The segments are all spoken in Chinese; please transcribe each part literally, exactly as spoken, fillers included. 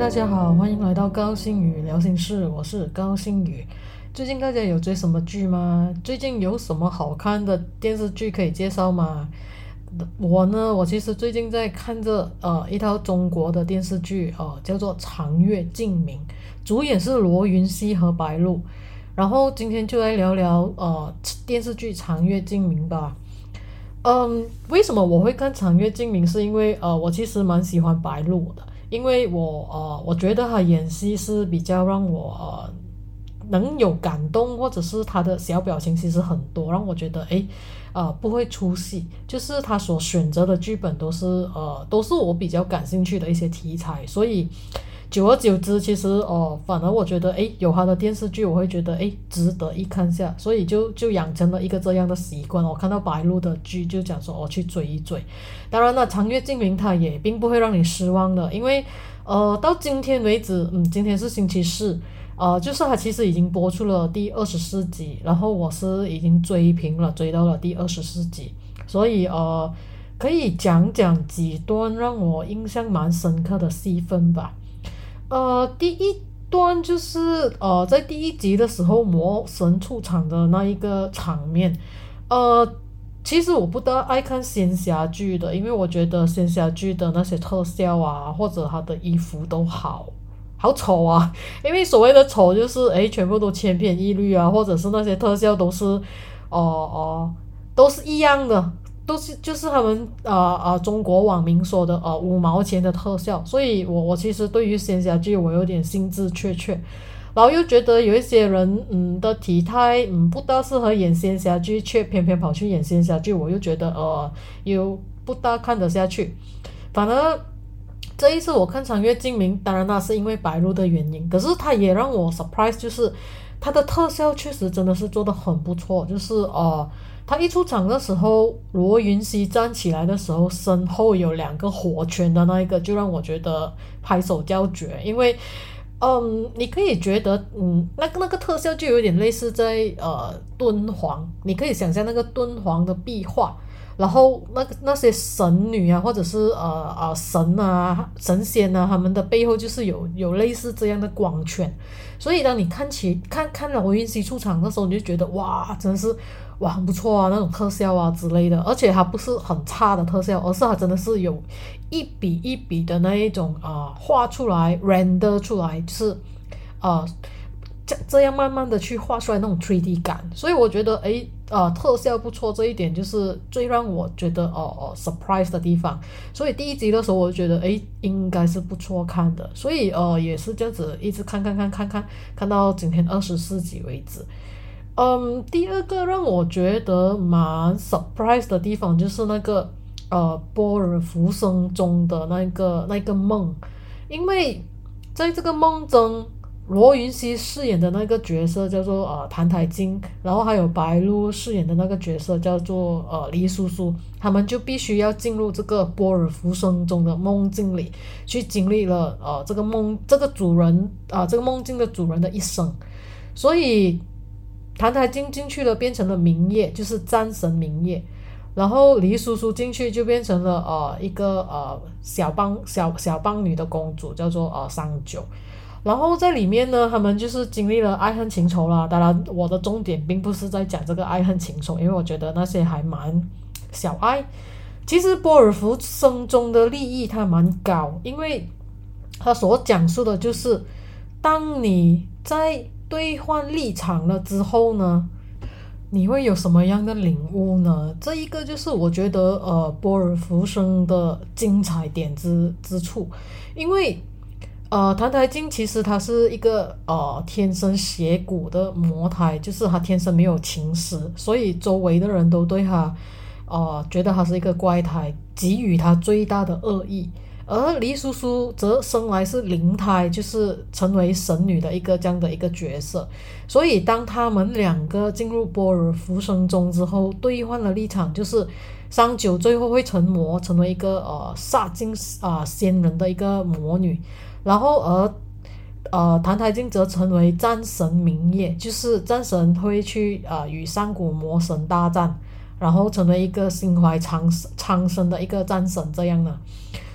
大家好，欢迎来到高星宇聊心事，我是高星宇。最近大家有追什么剧吗？最近有什么好看的电视剧可以介绍吗？我呢，我其实最近在看着呃一套中国的电视剧，呃叫做《长月烬明》，主演是罗云熙和白鹿。然后今天就来聊聊呃电视剧《长月烬明》吧。嗯，为什么我会看《长月烬明》？是因为呃，我其实蛮喜欢白鹿的，因为我呃，我觉得他演戏是比较让我呃能有感动，或者是他的小表情其实很多，让我觉得诶，呃，不会出戏。就是他所选择的剧本都是呃，都是我比较感兴趣的一些题材，所以久而久之，其实哦，反而我觉得，诶，有他的电视剧，我会觉得，诶，值得一看下，所以就就养成了一个这样的习惯。我看到白鹿的剧，就讲说，我去追一追。当然了，长月烬明它也并不会让你失望的，因为，呃，到今天为止，嗯，今天是星期四，呃，就是它其实已经播出了第二十四集，然后我是已经追平了，追到了第二十四集，所以呃，可以讲讲几段让我印象蛮深刻的戏份吧。呃，第一段就是呃，在第一集的时候，魔神出场的那一个场面。呃，其实我不大爱看仙侠剧的，因为我觉得仙侠剧的那些特效啊，或者他的衣服都好好丑啊。因为所谓的丑就是诶，全部都千篇一律啊，或者是那些特效都是哦哦、呃呃都是一样的，都是就是他们呃呃中国网民说的呃五毛钱的特效，所以我我其实对于仙侠剧我有点兴致缺缺，然后又觉得有一些人嗯的体态嗯不大适合演仙侠剧，却偏偏跑去演仙侠剧，我又觉得呃又不大看得下去。反而这一次我看《长月烬明》，当然那是因为白鹿的原因，可是它也让我 surprise，就是它的特效确实真的是做的很不错，就是呃，他一出场的时候，罗云熙站起来的时候，身后有两个火圈的那一个，就让我觉得拍手叫绝，因为。嗯，你可以觉得，嗯，那个那个特效就有点类似在呃敦煌，你可以想象那个敦煌的壁画，然后那个那些神女啊，或者是呃呃神啊神仙啊，他们的背后就是有有类似这样的光圈，所以当你看起看看了罗云熙出场的时候，你就觉得哇，真的是哇很不错啊，那种特效啊之类的，而且它不是很差的特效，而是它真的是有一笔一笔的那一种啊、呃、画出来 render 出来，就是呃这这样慢慢的去画出来那种 三 D 感，所以我觉得诶呃特效不错，这一点就是最让我觉得哦哦 surprise 的地方。所以第一集的时候我就觉得诶应该是不错看的，所以呃也是这样子一直看看看看看看到今天二十四集为止。嗯，第二个让我觉得蛮 surprise 的地方就是那个呃波尔浮生中的那个那个梦，因为在这个梦中，罗云熙饰演的那个角色叫做呃谭台金，然后还有白鹿饰演的那个角色叫做呃黎叔叔，他们就必须要进入这个波尔浮生中的梦境里，去经历了呃这个梦这个主人啊、呃、这个梦境的主人的一生，所以谭台金进去了变成了明夜，就是战神明夜。然后黎叔叔进去就变成了呃一个呃小帮小小帮女的公主，叫做呃桑九。然后在里面呢，他们就是经历了爱恨情仇啦。当然，我的重点并不是在讲这个爱恨情仇，因为我觉得那些还蛮小爱。其实波尔福生中的利益它蛮高，因为他所讲述的就是，当你在兑换立场了之后呢，你会有什么样的领悟呢？这一个就是我觉得呃波尔福生的精彩点之之处，因为呃谭台金其实他是一个呃天生邪骨的魔胎，就是他天生没有情识，所以周围的人都对他呃觉得他是一个怪胎，给予他最大的恶意。而黎叔叔则生来是灵胎，就是成为神女的一个这样的一个角色。所以当他们两个进入波尔浮生中之后，兑换了立场，就是桑九最后会成魔，成为一个呃煞精啊、呃、仙人的一个魔女，然后而呃谭台烬则成为战神明夜，就是战神会去呃与上古魔神大战，然后成为一个心怀苍苍生的一个战神这样的。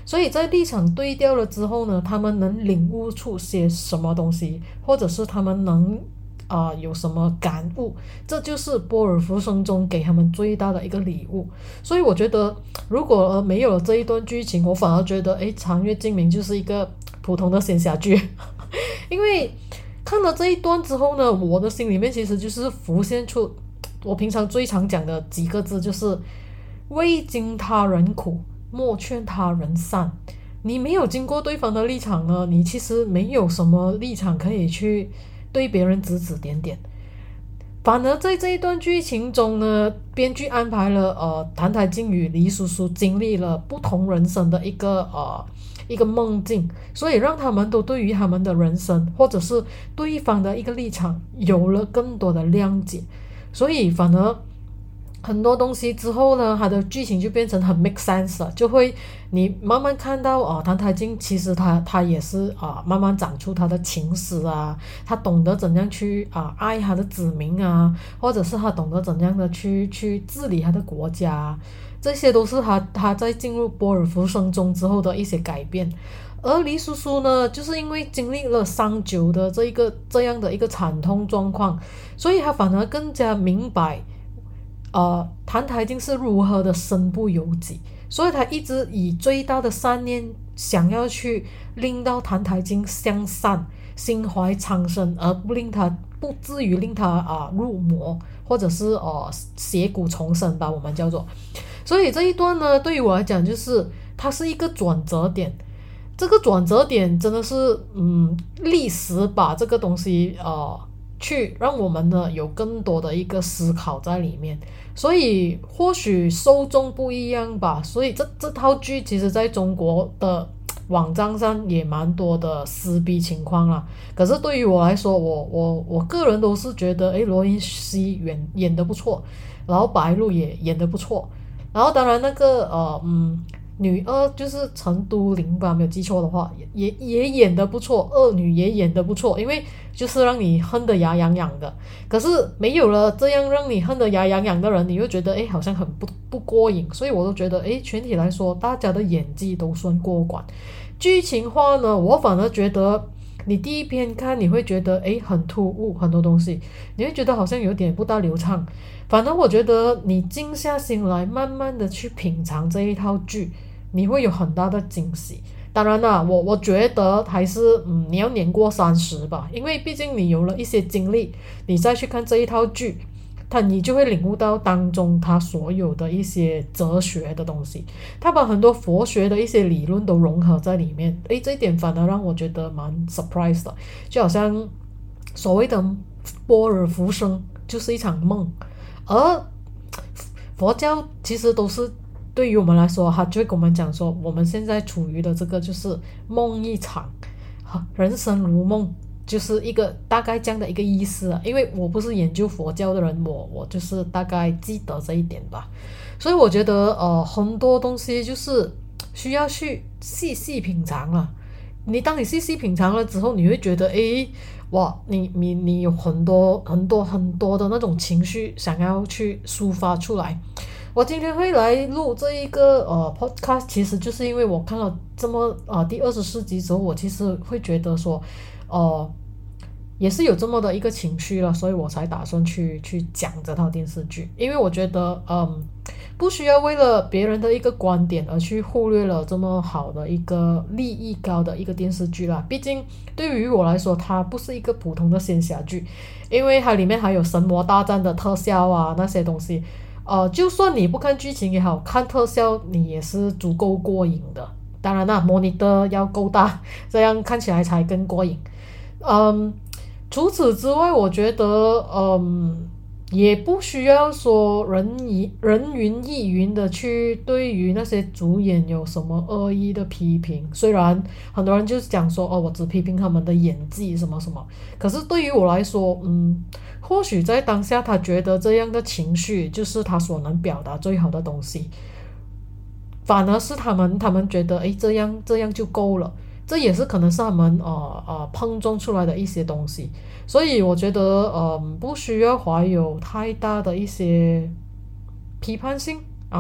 所以在立场对调了之后呢，他们能领悟出些什么东西，或者是他们能啊、呃、有什么感悟，这就是波尔福声中给他们最大的一个礼物。所以我觉得如果没有了这一段剧情，我反而觉得诶，长月烬明就是一个普通的仙侠剧因为看了这一段之后呢，我的心里面其实就是浮现出我平常最常讲的几个字，就是未经他人苦，莫劝他人善。你没有经过对方的立场呢，你其实没有什么立场可以去对别人指指点点。反而在这一段剧情中呢，编剧安排了呃谭台烬与黎叔叔经历了不同人生的一个呃一个梦境，所以让他们都对于他们的人生或者是对方的一个立场有了更多的谅解。所以反而很多东西之后呢，它的剧情就变成很 make sense 了，就会你慢慢看到哦，谭台烬其实他他也是啊、呃，慢慢长出他的情史啊，他懂得怎样去啊、呃、爱他的子民啊，或者是他懂得怎样的去去治理他的国家，这些都是他他在进入波尔福声中之后的一些改变。而黎叔叔呢，就是因为经历了桑酒的这一个这样的一个惨痛状况，所以他反而更加明白呃，谭台烬是如何的身不由己，所以他一直以最大的善念想要去令到谭台烬向善，心怀苍生，而不令他不至于令他啊、呃、入魔，或者是呃邪骨重生吧，我们叫做。所以这一段呢，对于我来讲，就是它是一个转折点。这个转折点真的是，嗯，历史把这个东西呃。去让我们呢有更多的一个思考在里面，所以或许受众不一样吧，所以这这套剧其实在中国的网站上也蛮多的撕逼情况啦。可是对于我来说，我我我个人都是觉得，诶，罗云熙演演得不错，然后白鹿也演得不错，然后当然那个呃嗯。女二就是陈都灵吧，没有记错的话，也也也演得不错，二女也演得不错，因为就是让你恨得牙痒痒的。可是没有了这样让你恨得牙痒痒的人，你又觉得诶好像很不不过瘾，所以我都觉得诶全体来说，大家的演技都算过关。剧情化呢，我反而觉得你第一篇看你会觉得诶很突兀，很多东西你会觉得好像有点不大流畅。反正我觉得你静下心来慢慢的去品尝这一套剧，你会有很大的惊喜。当然啦，我我觉得还是嗯你要年过三十吧，因为毕竟你有了一些经历，你再去看这一套剧，他你就会领悟到当中他所有的一些哲学的东西，他把很多佛学的一些理论都融合在里面。诶，这一点反而让我觉得蛮 surprise 的，就好像所谓的波尔福生就是一场梦，而佛教其实都是对于我们来说，他就会跟我们讲说，我们现在处于的这个就是梦一场，人生如梦，就是一个大概这样的一个意思啊。因为我不是研究佛教的人，我我就是大概记得这一点吧。所以我觉得呃很多东西就是需要去细细品尝了。你当你细细品尝了之后，你会觉得诶哇，你你你有很多很多很多的那种情绪想要去抒发出来。我今天会来录这一个呃 podcast， 其实就是因为我看了这么呃第二十四集之后，我其实会觉得说，呃，也是有这么的一个情绪了，所以我才打算去去讲这套电视剧，因为我觉得嗯，不需要为了别人的一个观点而去忽略了这么好的一个利益高的一个电视剧啦。毕竟对于我来说，它不是一个普通的仙侠剧，因为它里面还有神魔大战的特效啊那些东西。呃，就算你不看剧情也好，看特效你也是足够过瘾的。当然啦，monitor 要够大，这样看起来才更过瘾。嗯，除此之外，我觉得嗯，也不需要说人云人云亦云的去对于那些主演有什么恶意的批评。虽然很多人就是讲说哦，我只批评他们的演技什么什么，可是对于我来说，嗯。或许在当下他觉得这样的情绪就是他所能表达最好的东西，反而是他们他们觉得诶这样这样就够了，这也是可能是他们呃呃碰撞出来的一些东西。所以我觉得呃不需要怀有太大的一些批判性啊，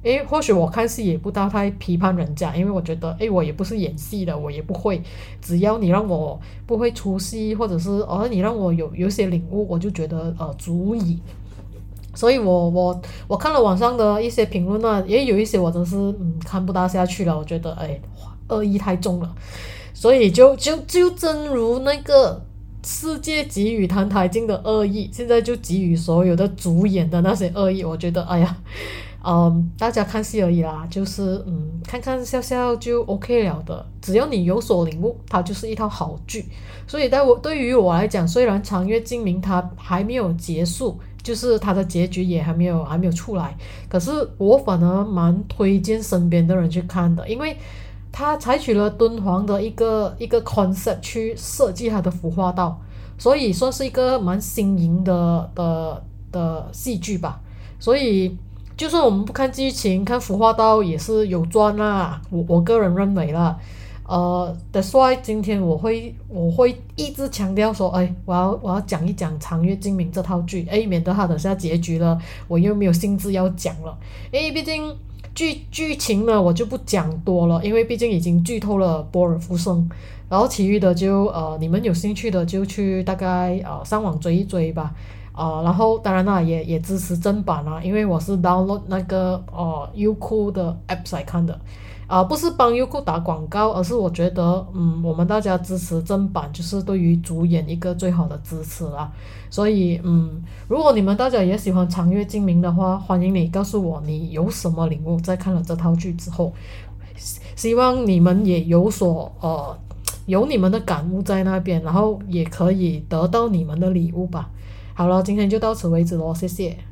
诶，或许我看戏也不大太批判人家，因为我觉得，诶，我也不是演戏的，我也不会，只要你让我不会出戏，或者是哦，你让我有有些领悟，我就觉得呃足矣。所以我我我看了网上的一些评论呢，也有一些我真是嗯看不大下去了，我觉得哎，恶意太重了，所以就就就正如那个世界给予澹台烬的恶意，现在就给予所有的主演的那些恶意，我觉得哎呀。嗯，大家看戏而已啦，就是嗯，看看笑笑就 OK 了的。只要你有所领悟，它就是一套好剧。所以，在我对于我来讲，虽然《长月烬明》它还没有结束，就是它的结局也还没有还没有出来，可是我反而蛮推荐身边的人去看的，因为它采取了敦煌的一个一个 concept 去设计它的服化道，所以算是一个蛮新颖的的的戏剧吧。所以。就算我们不看剧情，看服化道也是有赚啦，我我个人认为啦，呃，that's why 今天我会我会一直强调说，哎，我要我要讲一讲《长月烬明》这套剧，哎，免得它等下结局了，我又没有兴致要讲了，哎，毕竟剧剧情呢我就不讲多了，因为毕竟已经剧透了波尔夫生，然后其余的就呃你们有兴趣的就去大概呃上网追一追吧。啊、呃然后当然啦，也也支持正版啦，因为我是 download 那个呃优酷的 app 来看的，啊、呃不是帮优酷打广告，而是我觉得嗯我们大家支持正版就是对于主演一个最好的支持啦，所以嗯如果你们大家也喜欢长月烬明的话，欢迎你告诉我你有什么领悟在看了这套剧之后，希望你们也有所呃有你们的感悟在那边，然后也可以得到你们的礼物吧。好了，今天就到此为止咯，谢谢。